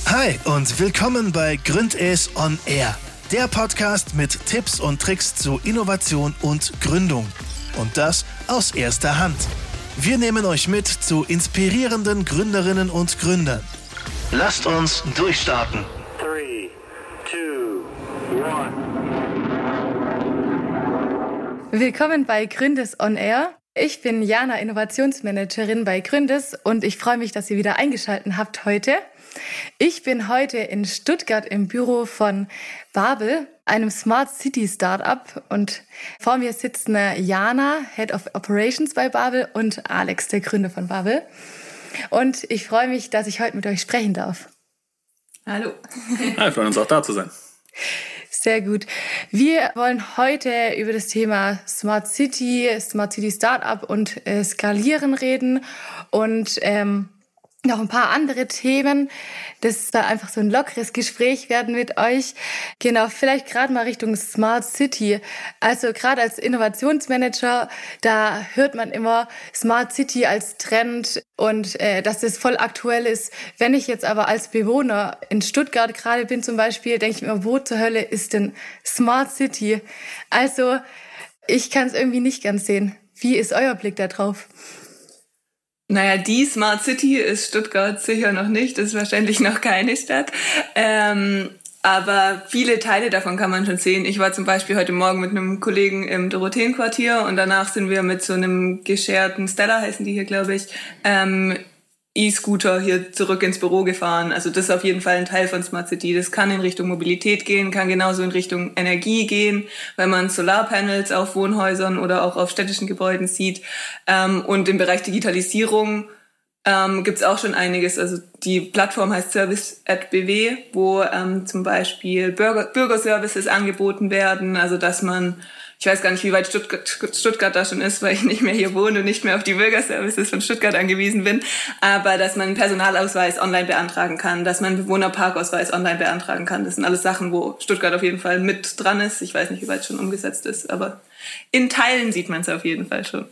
Hi und willkommen bei Gründes on Air, der Podcast mit Tipps und Tricks zu Innovation und Gründung. Und das aus erster Hand. Wir nehmen euch mit zu inspirierenden Gründerinnen und Gründern. Lasst uns durchstarten. 3, 2, 1. Willkommen bei Gründes on Air. Ich bin Jana, Innovationsmanagerin bei Gründes und ich freue mich, dass ihr wieder eingeschaltet habt heute. Ich bin heute in Stuttgart im Büro von Babel, einem Smart City Startup, und vor mir sitzen Jana, Head of Operations bei Babel, und Alex, der Gründer von Babel. Und ich freue mich, dass ich heute mit euch sprechen darf. Hallo. Ja, wir freuen uns auch da zu sein. Sehr gut. Wir wollen heute über das Thema Smart City Startup und Skalieren reden und noch ein paar andere Themen. Das soll einfach so ein lockeres Gespräch werden mit euch. Genau, vielleicht gerade mal Richtung Smart City. Also gerade als Innovationsmanager, da hört man immer Smart City als Trend und dass das voll aktuell ist. Wenn ich jetzt aber als Bewohner in Stuttgart gerade bin zum Beispiel, denke ich mir, wo zur Hölle ist denn Smart City? Also ich kann es irgendwie nicht ganz sehen. Wie ist euer Blick da drauf? Naja, die Smart City ist Stuttgart sicher noch nicht, ist wahrscheinlich noch keine Stadt. Aber viele Teile davon kann man schon sehen. Ich war zum Beispiel heute Morgen mit einem Kollegen im Dorotheenquartier und danach sind wir mit so einem gescherten Stella, heißen die hier, glaube ich, E-Scooter hier zurück ins Büro gefahren. Also das ist auf jeden Fall ein Teil von Smart City. Das kann in Richtung Mobilität gehen, kann genauso in Richtung Energie gehen, wenn man Solarpanels auf Wohnhäusern oder auch auf städtischen Gebäuden sieht. Und im Bereich Digitalisierung gibt's auch schon einiges. Also die Plattform heißt Service@BW, wo zum Beispiel Bürgerservices angeboten werden. Also dass man, ich weiß gar nicht, wie weit Stuttgart da schon ist, weil ich nicht mehr hier wohne und nicht mehr auf die Bürgerservices von Stuttgart angewiesen bin. Aber dass man einen Personalausweis online beantragen kann, dass man einen Bewohnerparkausweis online beantragen kann. Das sind alles Sachen, wo Stuttgart auf jeden Fall mit dran ist. Ich weiß nicht, wie weit es schon umgesetzt ist, aber in Teilen sieht man es auf jeden Fall schon.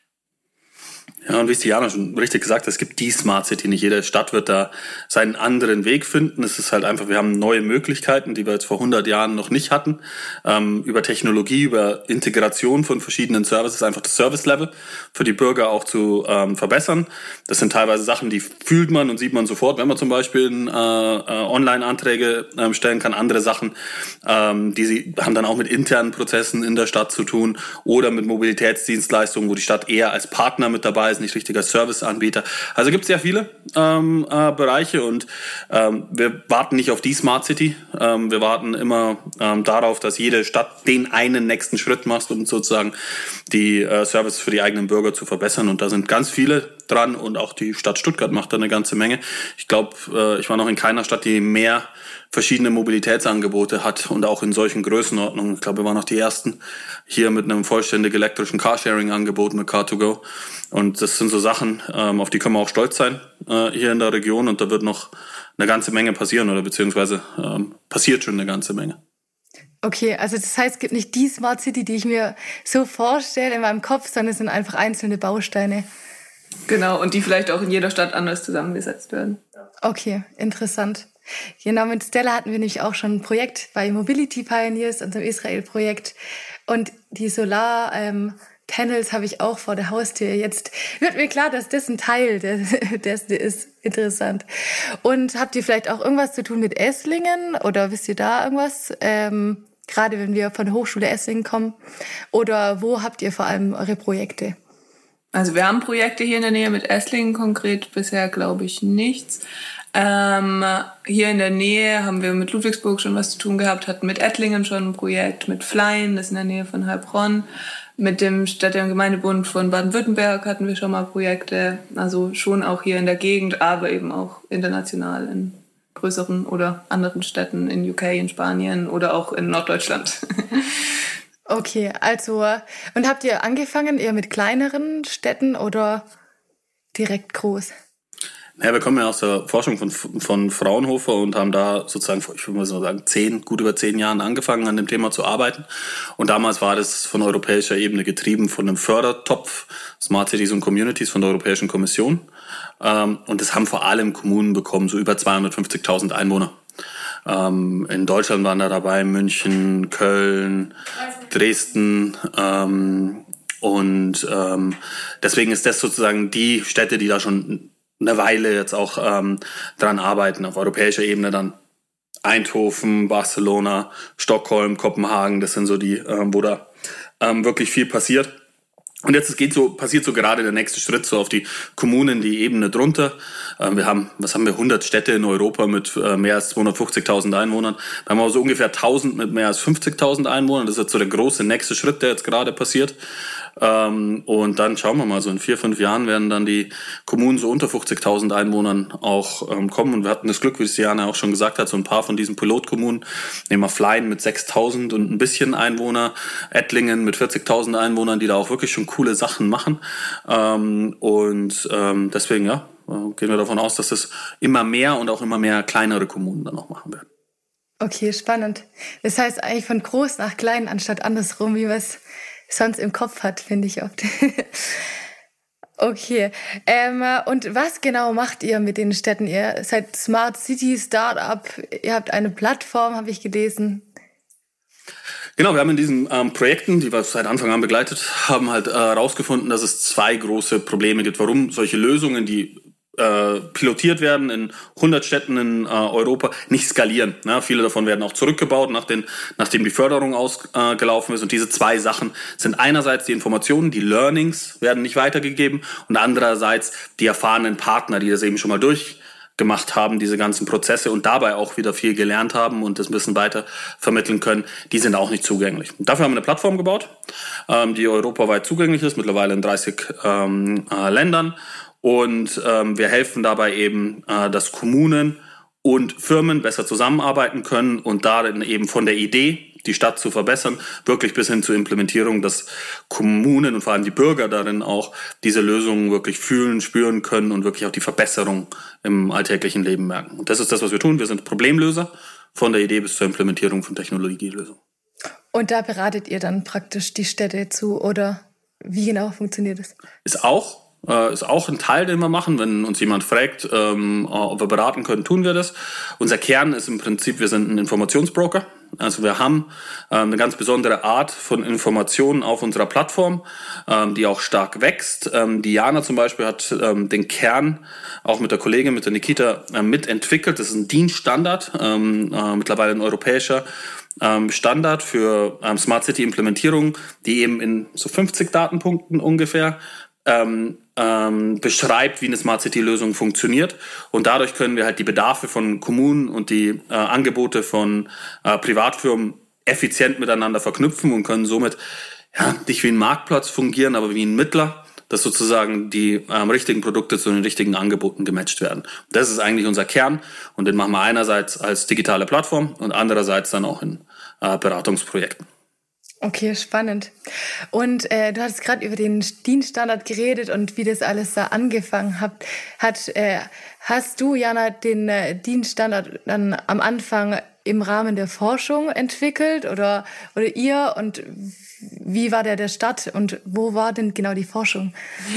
Ja, und wie es Diana schon richtig gesagt hat, es gibt die Smart City. Nicht jede Stadt wird da seinen anderen Weg finden. Es ist halt einfach, wir haben neue Möglichkeiten, die wir jetzt vor 100 Jahren noch nicht hatten. Über Technologie, über Integration von verschiedenen Services, einfach das Service-Level für die Bürger auch zu verbessern. Das sind teilweise Sachen, die fühlt man und sieht man sofort, wenn man zum Beispiel Online-Anträge stellen kann. Andere Sachen, die haben dann auch mit internen Prozessen in der Stadt zu tun oder mit Mobilitätsdienstleistungen, wo die Stadt eher als Partner mit dabei ist, nicht richtiger Serviceanbieter. Also gibt es sehr viele Bereiche und wir warten nicht auf die Smart City. Wir warten immer darauf, dass jede Stadt den einen nächsten Schritt macht, um sozusagen die Service für die eigenen Bürger zu verbessern. Und da sind ganz viele dran und auch die Stadt Stuttgart macht da eine ganze Menge. Ich glaube, ich war noch in keiner Stadt, die mehr verschiedene Mobilitätsangebote hat und auch in solchen Größenordnungen. Ich glaube, wir waren noch die ersten hier mit einem vollständig elektrischen Carsharing-Angebot mit Car2Go. Und das sind so Sachen, auf die können wir auch stolz sein hier in der Region. Und da wird noch eine ganze Menge passieren oder beziehungsweise passiert schon eine ganze Menge. Okay, also das heißt, es gibt nicht die Smart City, die ich mir so vorstelle in meinem Kopf, sondern es sind einfach einzelne Bausteine. Genau, und die vielleicht auch in jeder Stadt anders zusammengesetzt werden. Okay, interessant. Genau, mit Stella hatten wir nämlich auch schon ein Projekt bei Mobility Pioneers, unserem Israel-Projekt. Und die Solar-Panels habe ich auch vor der Haustür. Jetzt wird mir klar, dass das ein Teil dessen ist. Interessant. Und habt ihr vielleicht auch irgendwas zu tun mit Esslingen? Oder wisst ihr da irgendwas? Gerade wenn wir von der Hochschule Esslingen kommen. Oder wo habt ihr vor allem eure Projekte? Also wir haben Projekte hier in der Nähe mit Esslingen, konkret bisher glaube ich nichts. Hier in der Nähe haben wir mit Ludwigsburg schon was zu tun gehabt, hatten mit Ettlingen schon ein Projekt, mit Flein, das ist in der Nähe von Heilbronn. Mit dem Städte- und Gemeindebund von Baden-Württemberg hatten wir schon mal Projekte, also schon auch hier in der Gegend, aber eben auch international in größeren oder anderen Städten in UK, in Spanien oder auch in Norddeutschland. Okay, also, und habt ihr angefangen eher mit kleineren Städten oder direkt groß? Ja, wir kommen ja aus der Forschung von Fraunhofer und haben da sozusagen, ich würde mal so sagen, gut über 10 Jahren angefangen, an dem Thema zu arbeiten. Und damals war das von europäischer Ebene getrieben von einem Fördertopf Smart Cities und Communities von der Europäischen Kommission. Und das haben vor allem Kommunen bekommen, so über 250.000 Einwohner. In Deutschland waren da dabei München, Köln, Dresden. Deswegen ist das sozusagen die Städte, die da schon eine Weile jetzt auch dran arbeiten. Auf europäischer Ebene dann Eindhoven, Barcelona, Stockholm, Kopenhagen. Das sind so die, wo da wirklich viel passiert. Und jetzt passiert so gerade der nächste Schritt so auf die Kommunen, die Ebene drunter. Wir haben 100 Städte in Europa mit mehr als 250.000 Einwohnern. Da haben wir so ungefähr 1.000 mit mehr als 50.000 Einwohnern. Das ist jetzt so der große nächste Schritt, der jetzt gerade passiert. Und dann schauen wir mal, so in 4-5 Jahren werden dann die Kommunen so unter 50.000 Einwohnern auch kommen. Und wir hatten das Glück, wie es Diana auch schon gesagt hat, so ein paar von diesen Pilotkommunen. Nehmen wir Flein mit 6.000 und ein bisschen Einwohner, Ettlingen mit 40.000 Einwohnern, die da auch wirklich schon coole Sachen machen. Deswegen, ja, gehen wir davon aus, dass das immer mehr und auch immer mehr kleinere Kommunen dann auch machen werden. Okay, spannend. Das heißt eigentlich von groß nach klein, anstatt andersrum, wie man es sonst im Kopf hat, finde ich oft. Okay. Und was genau macht ihr mit den Städten? Ihr seid Smart City Startup, ihr habt eine Plattform, habe ich gelesen. Genau, wir haben in diesen Projekten, die wir seit Anfang an begleitet haben, halt herausgefunden, dass es 2 große Probleme gibt, warum solche Lösungen, die pilotiert werden in 100 Städten in Europa, nicht skalieren. Ja, viele davon werden auch zurückgebaut, nachdem die Förderung ausgelaufen ist. Und diese 2 Sachen sind einerseits die Informationen, die Learnings werden nicht weitergegeben und andererseits die erfahrenen Partner, die das eben schon mal durchgemacht haben, diese ganzen Prozesse und dabei auch wieder viel gelernt haben und das ein bisschen weiter vermitteln können, die sind auch nicht zugänglich. Und dafür haben wir eine Plattform gebaut, die europaweit zugänglich ist, mittlerweile in 30 Ländern. Und wir helfen dabei eben, dass Kommunen und Firmen besser zusammenarbeiten können und darin eben von der Idee, die Stadt zu verbessern, wirklich bis hin zur Implementierung, dass Kommunen und vor allem die Bürger darin auch diese Lösungen wirklich fühlen, spüren können und wirklich auch die Verbesserung im alltäglichen Leben merken. Und das ist das, was wir tun. Wir sind Problemlöser von der Idee bis zur Implementierung von Technologielösungen. Und da beratet ihr dann praktisch die Städte zu oder wie genau funktioniert das? Ist auch ein Teil, den wir machen. Wenn uns jemand fragt, ob wir beraten können, tun wir das. Unser Kern ist im Prinzip, wir sind ein Informationsbroker. Also wir haben eine ganz besondere Art von Informationen auf unserer Plattform, die auch stark wächst. Diana zum Beispiel hat den Kern auch mit der Kollegin, mit der Nikita, mitentwickelt. Das ist ein DIN-Standard, mittlerweile ein europäischer Standard für Smart City Implementierung, die eben in so 50 Datenpunkten ungefähr beschreibt, wie eine Smart City Lösung funktioniert. Und dadurch können wir halt die Bedarfe von Kommunen und die Angebote von Privatfirmen effizient miteinander verknüpfen und können somit nicht wie ein Marktplatz fungieren, aber wie ein Mittler, dass sozusagen die richtigen Produkte zu den richtigen Angeboten gematcht werden. Das ist eigentlich unser Kern und den machen wir einerseits als digitale Plattform und andererseits dann auch in Beratungsprojekten. Okay, spannend. Und du hattest gerade über den DIN-Standard geredet und wie das alles da angefangen hat. Hast du, Jana, den DIN-Standard dann am Anfang im Rahmen der Forschung entwickelt oder ihr? Und wie war der Start und wo war denn genau die Forschung?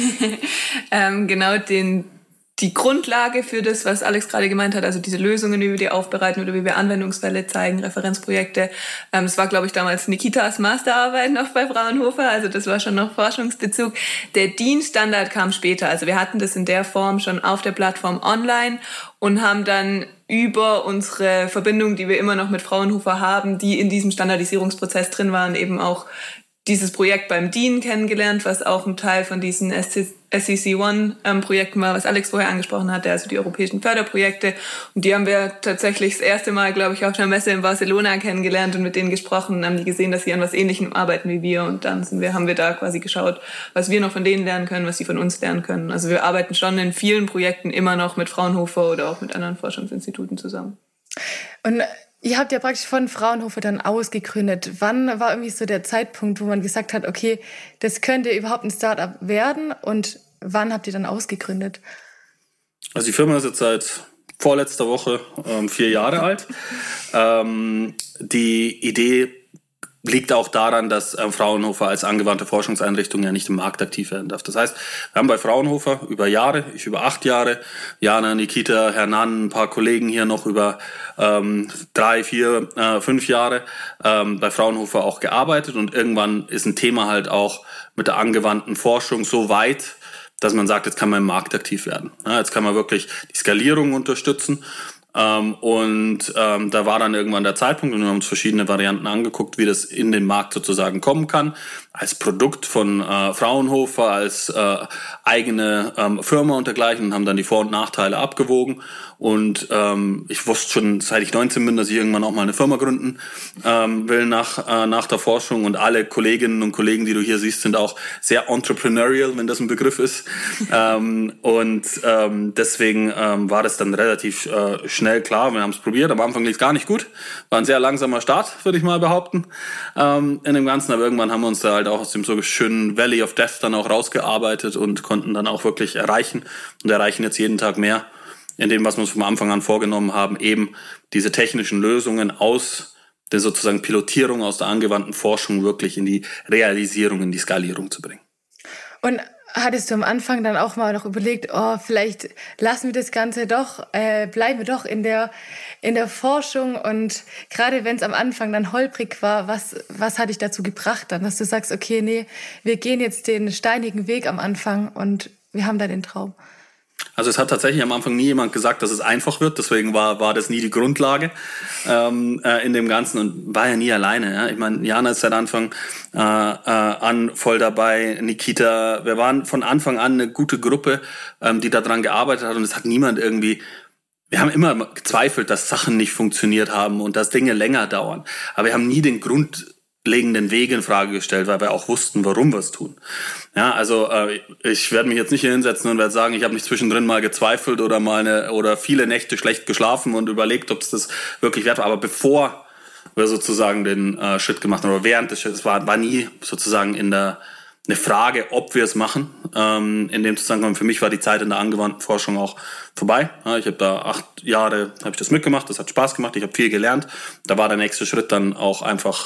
Genau, die Grundlage für das, was Alex gerade gemeint hat, also diese Lösungen, wie wir die aufbereiten oder wie wir Anwendungsfälle zeigen, Referenzprojekte, das war, glaube ich, damals Nikitas Masterarbeit noch bei Fraunhofer, also das war schon noch Forschungsbezug. Der DIN-Standard kam später, also wir hatten das in der Form schon auf der Plattform online und haben dann über unsere Verbindung, die wir immer noch mit Fraunhofer haben, die in diesem Standardisierungsprozess drin waren, eben auch dieses Projekt beim DIN kennengelernt, was auch ein Teil von diesen SCC1-Projekten war, was Alex vorher angesprochen hatte, also die europäischen Förderprojekte. Und die haben wir tatsächlich das erste Mal, glaube ich, auf einer Messe in Barcelona kennengelernt und mit denen gesprochen und haben die gesehen, dass sie an was Ähnlichem arbeiten wie wir. Und dann haben wir da quasi geschaut, was wir noch von denen lernen können, was sie von uns lernen können. Also wir arbeiten schon in vielen Projekten immer noch mit Fraunhofer oder auch mit anderen Forschungsinstituten zusammen. Und ihr habt ja praktisch von Fraunhofer dann ausgegründet. Wann war irgendwie so der Zeitpunkt, wo man gesagt hat, okay, das könnte überhaupt ein Startup werden? Und wann habt ihr dann ausgegründet? Also die Firma ist jetzt seit vorletzter Woche 4 Jahre alt. Die Idee liegt auch daran, dass Fraunhofer als angewandte Forschungseinrichtung ja nicht im Markt aktiv werden darf. Das heißt, wir haben bei Fraunhofer über Jahre, ich über 8 Jahre, Jana, Nikita, Hernan, ein paar Kollegen hier noch über 3, 4, 5 Jahre bei Fraunhofer auch gearbeitet, und irgendwann ist ein Thema halt auch mit der angewandten Forschung so weit, dass man sagt, jetzt kann man im Markt aktiv werden. Ja, jetzt kann man wirklich die Skalierung unterstützen. Da war dann irgendwann der Zeitpunkt, und wir haben uns verschiedene Varianten angeguckt, wie das in den Markt sozusagen kommen kann, als Produkt von Fraunhofer, als eigene Firma und dergleichen, und haben dann die Vor- und Nachteile abgewogen. Und ich wusste schon, seit ich 19 bin, dass ich irgendwann auch mal eine Firma gründen will nach der Forschung. Und alle Kolleginnen und Kollegen, die du hier siehst, sind auch sehr entrepreneurial, wenn das ein Begriff ist. Deswegen war das dann relativ schnell klar. Wir haben es probiert. Am Anfang lief es gar nicht gut. War ein sehr langsamer Start, würde ich mal behaupten, in dem Ganzen. Aber irgendwann haben wir uns da halt auch aus dem so schönen Valley of Death dann auch rausgearbeitet und konnten dann auch wirklich erreichen und erreichen jetzt jeden Tag mehr in dem, was wir uns vom Anfang an vorgenommen haben, eben diese technischen Lösungen aus der sozusagen Pilotierung, aus der angewandten Forschung wirklich in die Realisierung, in die Skalierung zu bringen. Und hattest du am Anfang dann auch mal noch überlegt, vielleicht lassen wir das Ganze doch, bleiben wir doch in der Forschung, und gerade wenn es am Anfang dann holprig war, was hat dich dazu gebracht dann, dass du sagst, okay, nee, wir gehen jetzt den steinigen Weg am Anfang und wir haben da den Traum? Also es hat tatsächlich am Anfang nie jemand gesagt, dass es einfach wird, deswegen war das nie die Grundlage in dem Ganzen, und war ja nie alleine. Ja? Ich meine, Jana ist seit Anfang an voll dabei, Nikita, wir waren von Anfang an eine gute Gruppe, die daran gearbeitet hat, und es hat niemand irgendwie, wir haben immer gezweifelt, dass Sachen nicht funktioniert haben und dass Dinge länger dauern, aber wir haben nie den grundlegenden Weg in Frage gestellt, weil wir auch wussten, warum wir es tun. Ja, also ich werde mich jetzt nicht hier hinsetzen und werde sagen, ich habe nicht zwischendrin mal gezweifelt oder viele Nächte schlecht geschlafen und überlegt, ob es das wirklich wert war. Aber bevor wir sozusagen den Schritt gemacht haben, oder während des Schritts, war nie sozusagen eine Frage, ob wir es machen. In dem Zusammenhang, für mich war die Zeit in der angewandten Forschung auch vorbei. Ja, ich habe da 8 Jahre habe ich das mitgemacht, das hat Spaß gemacht, ich habe viel gelernt. Da war der nächste Schritt dann auch einfach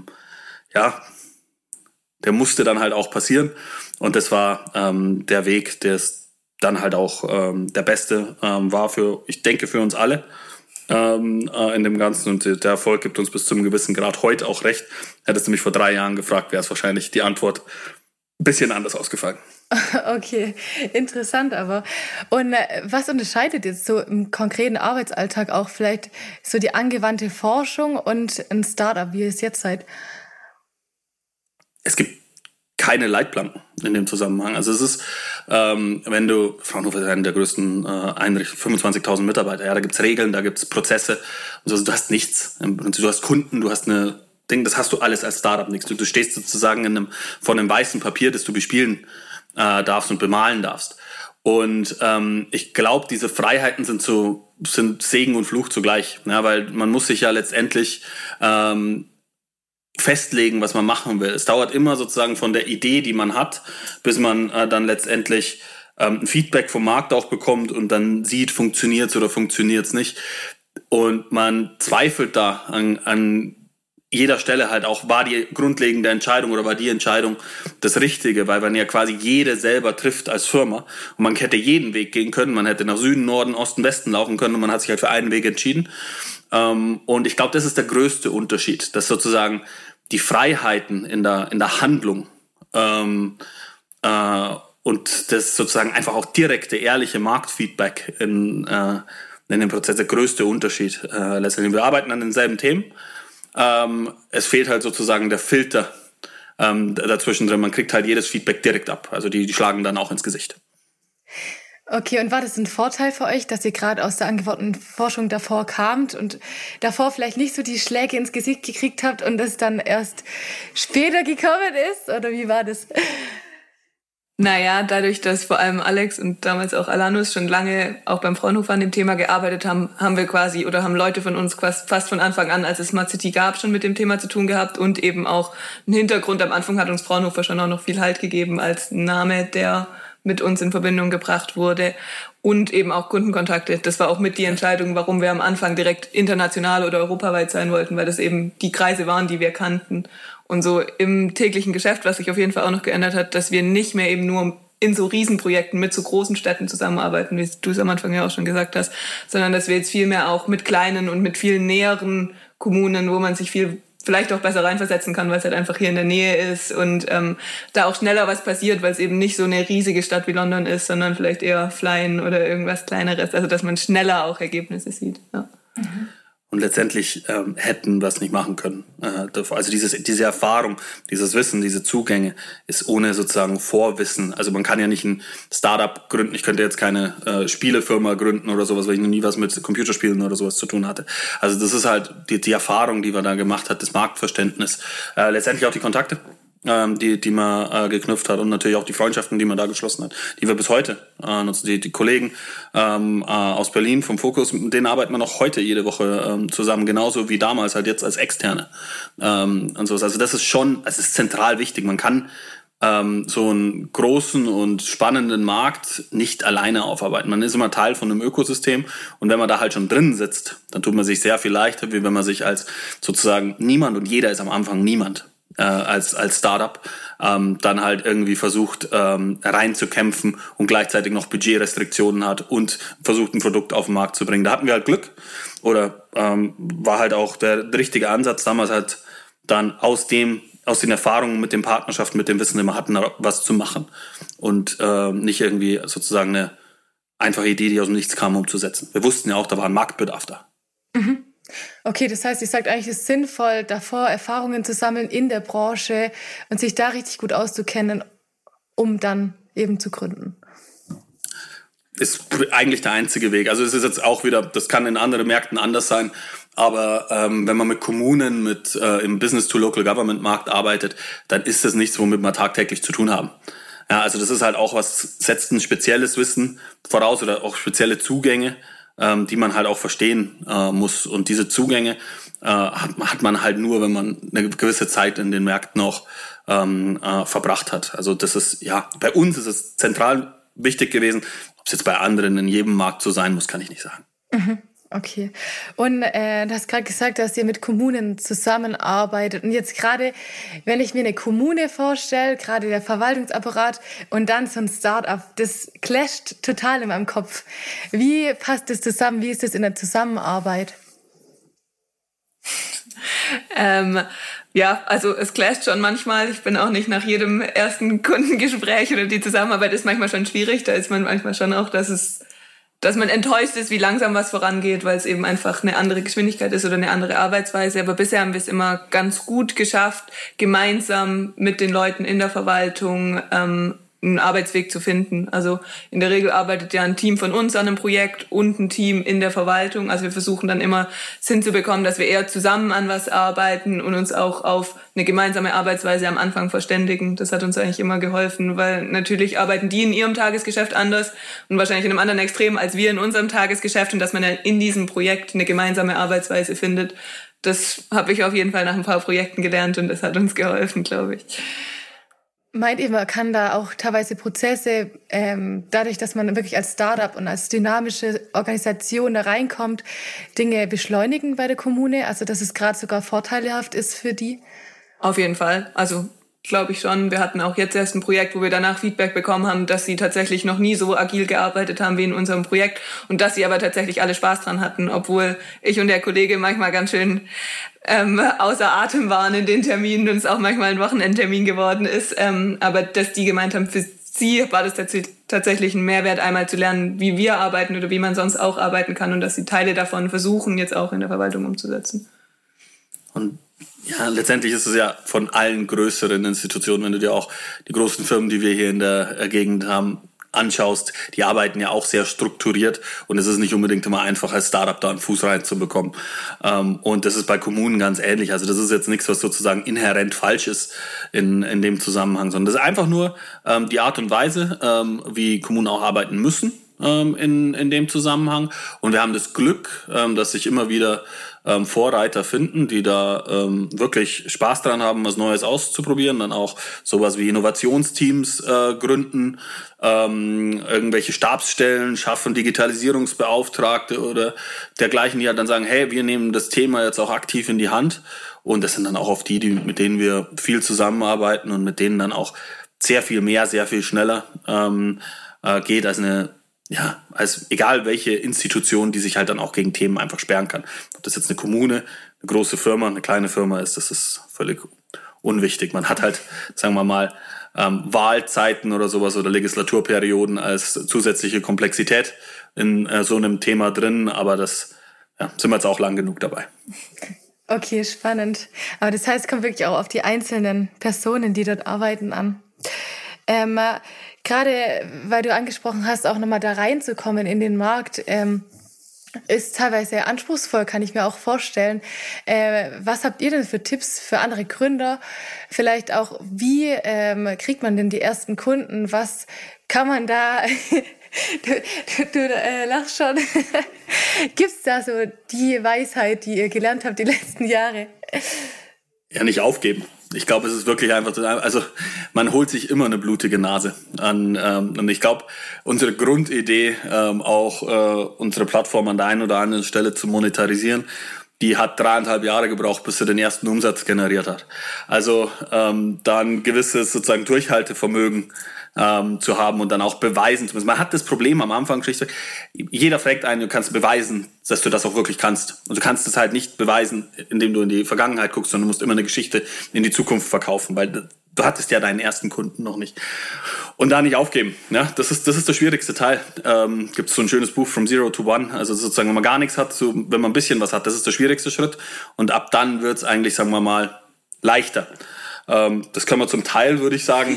der musste dann halt auch passieren, und das war der Weg, der es dann halt auch der beste war ich denke für uns alle in dem Ganzen, und der Erfolg gibt uns bis zu einem gewissen Grad heute auch recht. Hättest du mich vor 3 Jahren gefragt, wäre es wahrscheinlich die Antwort ein bisschen anders ausgefallen. Okay, interessant aber. Und was unterscheidet jetzt so im konkreten Arbeitsalltag auch vielleicht so die angewandte Forschung und ein Startup, wie ihr es jetzt seid? Es gibt keine Leitplanken in dem Zusammenhang. Also es ist, Fraunhofer ist eine der größten Einrichtungen, 25.000 Mitarbeiter, ja, da gibt's Regeln, da gibt's Prozesse, also du hast nichts. Du hast Kunden, du hast das hast du alles als Startup nichts. Du stehst sozusagen vor einem weißen Papier, das du bespielen darfst und bemalen darfst. Und ich glaube, diese Freiheiten sind Segen und Fluch zugleich, ja, weil man muss sich ja letztendlich festlegen, was man machen will. Es dauert immer sozusagen von der Idee, die man hat, bis man dann letztendlich ein Feedback vom Markt auch bekommt und dann sieht, funktioniert's oder funktioniert's nicht. Und man zweifelt da an jeder Stelle halt auch, war die grundlegende Entscheidung oder war die Entscheidung das Richtige, weil man ja quasi jede selber trifft als Firma, und man hätte jeden Weg gehen können, man hätte nach Süden, Norden, Osten, Westen laufen können, und man hat sich halt für einen Weg entschieden. Und ich glaube, das ist der größte Unterschied, dass sozusagen die Freiheiten in der Handlung und das sozusagen einfach auch direkte, ehrliche Marktfeedback in dem Prozess der größte Unterschied letztendlich. Wir arbeiten an denselben Themen. Es fehlt halt sozusagen der Filter dazwischen drin. Man kriegt halt jedes Feedback direkt ab. Also die schlagen dann auch ins Gesicht. Okay, und war das ein Vorteil für euch, dass ihr gerade aus der angewandten Forschung davor kamt und davor vielleicht nicht so die Schläge ins Gesicht gekriegt habt und das dann erst später gekommen ist? Oder wie war das? Naja, dadurch, dass vor allem Alex und damals auch Alanus schon lange auch beim Fraunhofer an dem Thema gearbeitet haben, haben Leute von uns fast von Anfang an, als es Smart City gab, schon mit dem Thema zu tun gehabt, und eben auch einen Hintergrund. Am Anfang hat uns Fraunhofer schon auch noch viel Halt gegeben als Name, der mit uns in Verbindung gebracht wurde und eben auch Kundenkontakte. Das war auch mit die Entscheidung, warum wir am Anfang direkt international oder europaweit sein wollten, weil das eben die Kreise waren, die wir kannten. Und so im täglichen Geschäft, was sich auf jeden Fall auch noch geändert hat, dass wir nicht mehr eben nur in so Riesenprojekten mit so großen Städten zusammenarbeiten, wie du es am Anfang ja auch schon gesagt hast, sondern dass wir jetzt viel mehr auch mit kleinen und mit viel näheren Kommunen, wo man sich viel vielleicht auch besser reinversetzen kann, weil es halt einfach hier in der Nähe ist und da auch schneller was passiert, weil es eben nicht so eine riesige Stadt wie London ist, sondern vielleicht eher Flyen oder irgendwas Kleineres, also dass man schneller auch Ergebnisse sieht. Ja. Mhm. Und letztendlich hätten wir es nicht machen können. Also diese Erfahrung, dieses Wissen, diese Zugänge ist ohne sozusagen Vorwissen. Also man kann ja nicht ein Startup gründen. Ich könnte jetzt keine Spielefirma gründen oder sowas, weil ich noch nie was mit Computerspielen oder sowas zu tun hatte. Also das ist halt die Erfahrung, die man da gemacht hat, das Marktverständnis. Letztendlich auch die Kontakte, die man geknüpft hat und natürlich auch die Freundschaften, die man da geschlossen hat, die wir bis heute nutzen. Die Kollegen aus Berlin vom Fokus, mit denen arbeiten wir noch heute jede Woche zusammen, genauso wie damals halt jetzt als Externe und sowas. Also das ist schon, es ist zentral wichtig. Man kann so einen großen und spannenden Markt nicht alleine aufarbeiten. Man ist immer Teil von einem Ökosystem und wenn man da halt schon drin sitzt, dann tut man sich sehr viel leichter, wie wenn man sich als sozusagen niemand, und jeder ist am Anfang niemand, als Startup dann halt irgendwie versucht reinzukämpfen und gleichzeitig noch Budgetrestriktionen hat und versucht ein Produkt auf den Markt zu bringen. Da hatten wir halt Glück oder war halt auch der richtige Ansatz damals halt dann aus den Erfahrungen mit den Partnerschaften, mit dem Wissen, den wir hatten, was zu machen und nicht irgendwie sozusagen eine einfache Idee, die aus dem Nichts kam, umzusetzen. Wir wussten ja auch, da war ein Marktbedarf da. Mhm. Okay, das heißt, ihr sagt eigentlich, es ist sinnvoll, davor Erfahrungen zu sammeln in der Branche und sich da richtig gut auszukennen, um dann eben zu gründen. Ist eigentlich der einzige Weg. Also es ist jetzt auch wieder, das kann in anderen Märkten anders sein, aber wenn man mit Kommunen, im Business-to-Local-Government-Markt arbeitet, dann ist das nichts, womit wir tagtäglich zu tun haben. Ja, also das ist halt auch was, setzt ein spezielles Wissen voraus oder auch spezielle Zugänge, die man halt auch verstehen muss. Und diese Zugänge hat man halt nur, wenn man eine gewisse Zeit in den Märkten auch verbracht hat. Also das ist, ja, bei uns ist es zentral wichtig gewesen. Ob es jetzt bei anderen in jedem Markt so sein muss, kann ich nicht sagen. Mhm. Okay. Und du hast gerade gesagt, dass ihr mit Kommunen zusammenarbeitet. Und jetzt gerade, wenn ich mir eine Kommune vorstelle, gerade der Verwaltungsapparat und dann so ein Start-up, das clasht total in meinem Kopf. Wie passt das zusammen? Wie ist das in der Zusammenarbeit? Ja, also es clasht schon manchmal. Ich bin auch nicht nach jedem ersten Kundengespräch oder die Zusammenarbeit ist manchmal schon schwierig. Da ist man manchmal schon auch, dass man enttäuscht ist, wie langsam was vorangeht, weil es eben einfach eine andere Geschwindigkeit ist oder eine andere Arbeitsweise. Aber bisher haben wir es immer ganz gut geschafft, gemeinsam mit den Leuten in der Verwaltung einen Arbeitsweg zu finden. Also in der Regel arbeitet ja ein Team von uns an einem Projekt und ein Team in der Verwaltung. Also wir versuchen dann immer es hinzubekommen, dass wir eher zusammen an was arbeiten und uns auch auf eine gemeinsame Arbeitsweise am Anfang verständigen. Das hat uns eigentlich immer geholfen, weil natürlich arbeiten die in ihrem Tagesgeschäft anders und wahrscheinlich in einem anderen Extrem als wir in unserem Tagesgeschäft und dass man dann in diesem Projekt eine gemeinsame Arbeitsweise findet. Das habe ich auf jeden Fall nach ein paar Projekten gelernt und das hat uns geholfen, glaube ich. Meint ihr, man kann da auch teilweise Prozesse, dadurch, dass man wirklich als Startup und als dynamische Organisation da reinkommt, Dinge beschleunigen bei der Kommune? Also, dass es gerade sogar vorteilhaft ist für die? Auf jeden Fall. Also, glaube ich schon. Wir hatten auch jetzt erst ein Projekt, wo wir danach Feedback bekommen haben, dass sie tatsächlich noch nie so agil gearbeitet haben wie in unserem Projekt und dass sie aber tatsächlich alle Spaß dran hatten, obwohl ich und der Kollege manchmal ganz schön außer Atem waren in den Terminen und es auch manchmal ein Wochenendtermin geworden ist. Aber dass die gemeint haben, für sie war das tatsächlich ein Mehrwert, einmal zu lernen, wie wir arbeiten oder wie man sonst auch arbeiten kann und dass sie Teile davon versuchen, jetzt auch in der Verwaltung umzusetzen. Und ja, letztendlich ist es ja von allen größeren Institutionen, wenn du dir auch die großen Firmen, die wir hier in der Gegend haben, anschaust, die arbeiten ja auch sehr strukturiert und es ist nicht unbedingt immer einfach, als Startup da einen Fuß reinzubekommen. Und das ist bei Kommunen ganz ähnlich. Also das ist jetzt nichts, was sozusagen inhärent falsch ist in dem Zusammenhang, sondern das ist einfach nur die Art und Weise, wie Kommunen auch arbeiten müssen. in dem Zusammenhang. Und wir haben das Glück, dass sich immer wieder Vorreiter finden, die da wirklich Spaß dran haben, was Neues auszuprobieren, dann auch sowas wie Innovationsteams gründen, irgendwelche Stabsstellen schaffen, Digitalisierungsbeauftragte oder dergleichen, die halt dann sagen, hey, wir nehmen das Thema jetzt auch aktiv in die Hand. Und das sind dann auch oft die, mit denen wir viel zusammenarbeiten und mit denen dann auch sehr viel mehr, sehr viel schneller geht als egal welche Institution, die sich halt dann auch gegen Themen einfach sperren kann. Ob das jetzt eine Kommune, eine große Firma, eine kleine Firma ist, das ist völlig unwichtig. Man hat halt, sagen wir mal, Wahlzeiten oder sowas oder Legislaturperioden als zusätzliche Komplexität in so einem Thema drin, aber das sind wir jetzt auch lang genug dabei. Okay, spannend. Aber das heißt, es kommt wirklich auch auf die einzelnen Personen, die dort arbeiten, an. Gerade weil du angesprochen hast, auch nochmal da reinzukommen in den Markt, ist teilweise sehr anspruchsvoll, kann ich mir auch vorstellen. Was habt ihr denn für Tipps für andere Gründer? Vielleicht auch, wie kriegt man denn die ersten Kunden? Was kann man da... Du lachst schon. Gibt's da so die Weisheit, die ihr gelernt habt die letzten Jahre? Ja, nicht aufgeben. Ich glaube, es ist wirklich einfach, also man holt sich immer eine blutige Nase an. Und ich glaube, unsere Grundidee, auch unsere Plattform an der einen oder anderen Stelle zu monetarisieren, die hat 3,5 Jahre gebraucht, bis sie den ersten Umsatz generiert hat. Also da ein gewisses sozusagen Durchhaltevermögen zu haben und dann auch beweisen zu müssen. Man hat das Problem am Anfang, jeder fragt einen, du kannst beweisen, dass du das auch wirklich kannst. Und du kannst es halt nicht beweisen, indem du in die Vergangenheit guckst, sondern du musst immer eine Geschichte in die Zukunft verkaufen, weil du hattest ja deinen ersten Kunden noch nicht. Und da nicht aufgeben. Ja, das ist der schwierigste Teil. Gibt es so ein schönes Buch From Zero to One. Also sozusagen, wenn man gar nichts hat, so, wenn man ein bisschen was hat, das ist der schwierigste Schritt. Und ab dann wird es eigentlich, sagen wir mal, leichter. Das können wir zum Teil, würde ich sagen,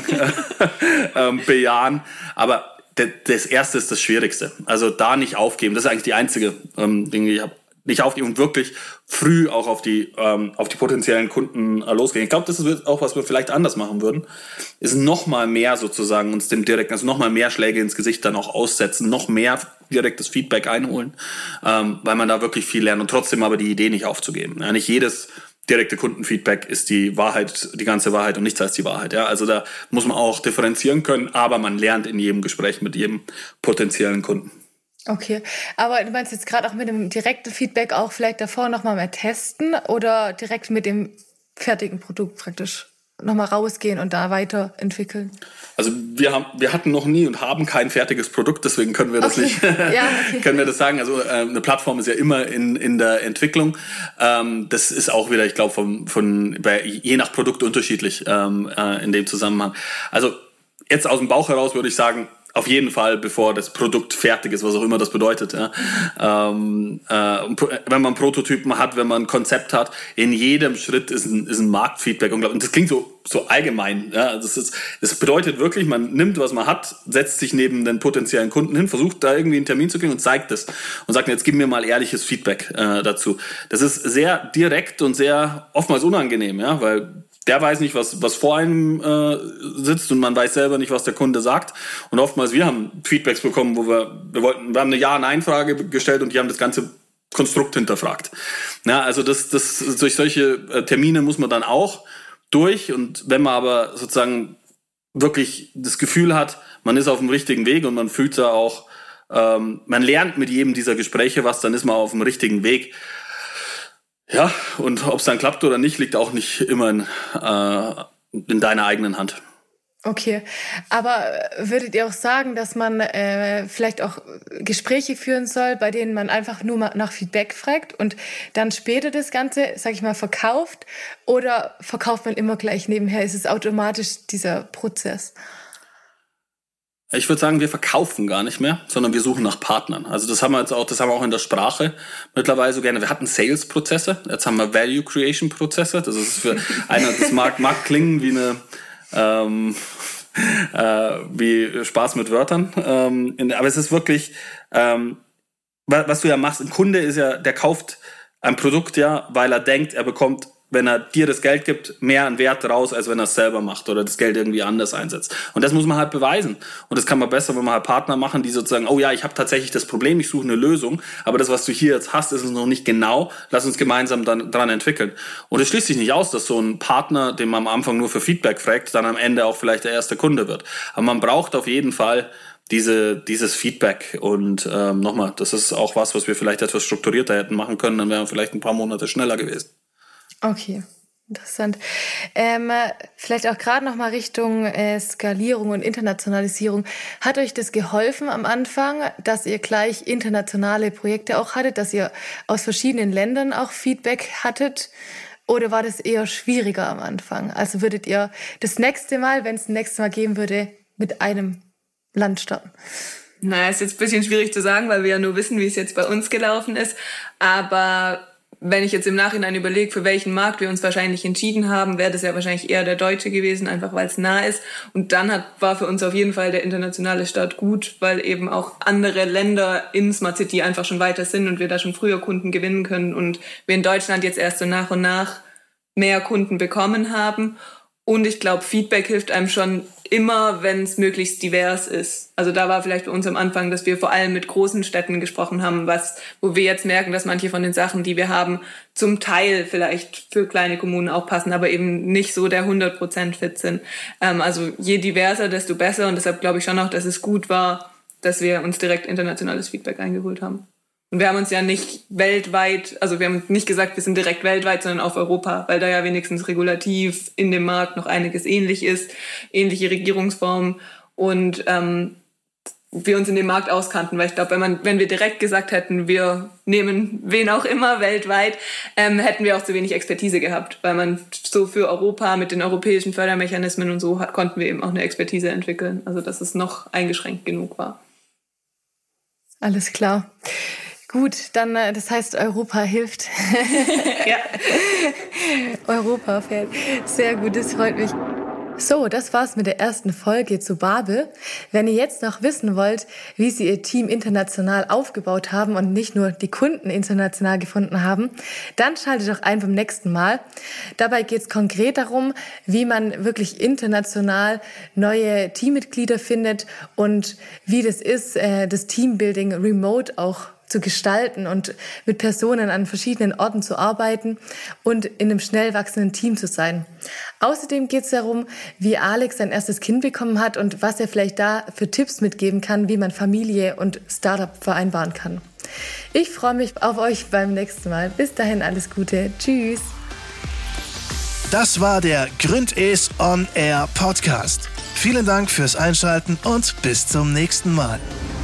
bejahen. Aber das Erste ist das Schwierigste. Also da nicht aufgeben. Das ist eigentlich die einzige Dinge, die ich habe. Nicht aufgeben und wirklich früh auch auf die potenziellen Kunden losgehen. Ich glaube, das ist auch, was wir vielleicht anders machen würden, ist noch mal mehr sozusagen uns dem direkten, also noch mal mehr Schläge ins Gesicht dann auch aussetzen, noch mehr direktes Feedback einholen, weil man da wirklich viel lernt und trotzdem aber die Idee nicht aufzugeben. Ja, nicht jedes direkte Kundenfeedback ist die Wahrheit, die ganze Wahrheit und nichts als die Wahrheit. Ja, also da muss man auch differenzieren können, aber man lernt in jedem Gespräch mit jedem potenziellen Kunden. Okay, aber du meinst jetzt gerade auch mit dem direkten Feedback auch vielleicht davor nochmal mehr testen oder direkt mit dem fertigen Produkt praktisch nochmal rausgehen und da weiterentwickeln? Also wir hatten noch nie und haben kein fertiges Produkt, deswegen können wir das nicht, können wir das sagen. Also eine Plattform ist ja immer in der Entwicklung. Das ist auch wieder, ich glaube, je nach Produkt unterschiedlich in dem Zusammenhang. Also jetzt aus dem Bauch heraus würde ich sagen, auf jeden Fall, bevor das Produkt fertig ist, was auch immer das bedeutet. Ja. Wenn man Prototypen hat, wenn man ein Konzept hat, in jedem Schritt ist ein Marktfeedback. Und das klingt so allgemein. Ja. Das bedeutet wirklich, man nimmt, was man hat, setzt sich neben den potenziellen Kunden hin, versucht da irgendwie einen Termin zu kriegen und zeigt es. Und sagt, jetzt gib mir mal ehrliches Feedback dazu. Das ist sehr direkt und sehr oftmals unangenehm, ja, weil der weiß nicht, was vor einem sitzt und man weiß selber nicht, was der Kunde sagt. Und oftmals, wir haben Feedbacks bekommen, wo wir haben eine Ja-Nein-Frage gestellt und die haben das ganze Konstrukt hinterfragt. Ja, also durch solche Termine muss man dann auch durch. Und wenn man aber sozusagen wirklich das Gefühl hat, man ist auf dem richtigen Weg und man fühlt da auch, man lernt mit jedem dieser Gespräche was, dann ist man auf dem richtigen Weg. Ja, und ob es dann klappt oder nicht, liegt auch nicht immer in deiner eigenen Hand. Okay, aber würdet ihr auch sagen, dass man vielleicht auch Gespräche führen soll, bei denen man einfach nur mal nach Feedback fragt und dann später das Ganze, sag ich mal, verkauft? Oder verkauft man immer gleich nebenher? Ist es automatisch dieser Prozess? Ich würde sagen, wir verkaufen gar nicht mehr, sondern wir suchen nach Partnern. Also das haben wir auch in der Sprache mittlerweile so gerne. Wir hatten Sales-Prozesse, jetzt haben wir Value-Creation-Prozesse. Das ist für einer, das mag klingen wie wie Spaß mit Wörtern. Aber es ist wirklich, was du ja machst. Ein Kunde ist ja, der kauft ein Produkt ja, weil er denkt, er bekommt wenn er dir das Geld gibt, mehr an Wert raus, als wenn er es selber macht oder das Geld irgendwie anders einsetzt. Und das muss man halt beweisen. Und das kann man besser, wenn man halt Partner machen, die sozusagen, oh ja, ich habe tatsächlich das Problem, ich suche eine Lösung, aber das, was du hier jetzt hast, ist es noch nicht genau, lass uns gemeinsam dann dran entwickeln. Und es schließt sich nicht aus, dass so ein Partner, den man am Anfang nur für Feedback fragt, dann am Ende auch vielleicht der erste Kunde wird. Aber man braucht auf jeden Fall dieses Feedback. Und nochmal, das ist auch was wir vielleicht etwas strukturierter hätten machen können, dann wären wir vielleicht ein paar Monate schneller gewesen. Okay, interessant. Vielleicht auch gerade noch mal Richtung Skalierung und Internationalisierung. Hat euch das geholfen am Anfang, dass ihr gleich internationale Projekte auch hattet, dass ihr aus verschiedenen Ländern auch Feedback hattet? Oder war das eher schwieriger am Anfang? Also würdet ihr das nächste Mal, wenn es ein nächstes Mal geben würde, mit einem Land starten? Na, ist jetzt ein bisschen schwierig zu sagen, weil wir ja nur wissen, wie es jetzt bei uns gelaufen ist. Aber wenn ich jetzt im Nachhinein überlege, für welchen Markt wir uns wahrscheinlich entschieden haben, wäre das ja wahrscheinlich eher der deutsche gewesen, einfach weil es nah ist. Und dann war für uns auf jeden Fall der internationale Start gut, weil eben auch andere Länder in Smart City einfach schon weiter sind und wir da schon früher Kunden gewinnen können und wir in Deutschland jetzt erst so nach und nach mehr Kunden bekommen haben. Und ich glaube, Feedback hilft einem schon immer, wenn es möglichst divers ist. Also da war vielleicht bei uns am Anfang, dass wir vor allem mit großen Städten gesprochen haben, wo wir jetzt merken, dass manche von den Sachen, die wir haben, zum Teil vielleicht für kleine Kommunen auch passen, aber eben nicht so der 100% fit sind. Also je diverser, desto besser. Und deshalb glaube ich schon auch, dass es gut war, dass wir uns direkt internationales Feedback eingeholt haben. Und wir haben uns ja nicht weltweit, also wir haben nicht gesagt, wir sind direkt weltweit, sondern auf Europa, weil da ja wenigstens regulativ in dem Markt noch einiges ähnlich ist, ähnliche Regierungsformen und wir uns in dem Markt auskannten. Weil ich glaube, wenn wir direkt gesagt hätten, wir nehmen wen auch immer weltweit, hätten wir auch zu wenig Expertise gehabt, weil man so für Europa mit den europäischen Fördermechanismen und so konnten wir eben auch eine Expertise entwickeln, also dass es noch eingeschränkt genug war. Alles klar. Gut, dann, das heißt, Europa hilft. Ja. Europa fährt. Sehr gut, das freut mich. So, das war's mit der ersten Folge zu Babel. Wenn ihr jetzt noch wissen wollt, wie sie ihr Team international aufgebaut haben und nicht nur die Kunden international gefunden haben, dann schaltet doch ein beim nächsten Mal. Dabei geht's konkret darum, wie man wirklich international neue Teammitglieder findet und wie das ist, das Teambuilding remote auch zu gestalten und mit Personen an verschiedenen Orten zu arbeiten und in einem schnell wachsenden Team zu sein. Außerdem geht es darum, wie Alex sein erstes Kind bekommen hat und was er vielleicht da für Tipps mitgeben kann, wie man Familie und Startup vereinbaren kann. Ich freue mich auf euch beim nächsten Mal. Bis dahin alles Gute. Tschüss. Das war der Gründes On Air Podcast. Vielen Dank fürs Einschalten und bis zum nächsten Mal.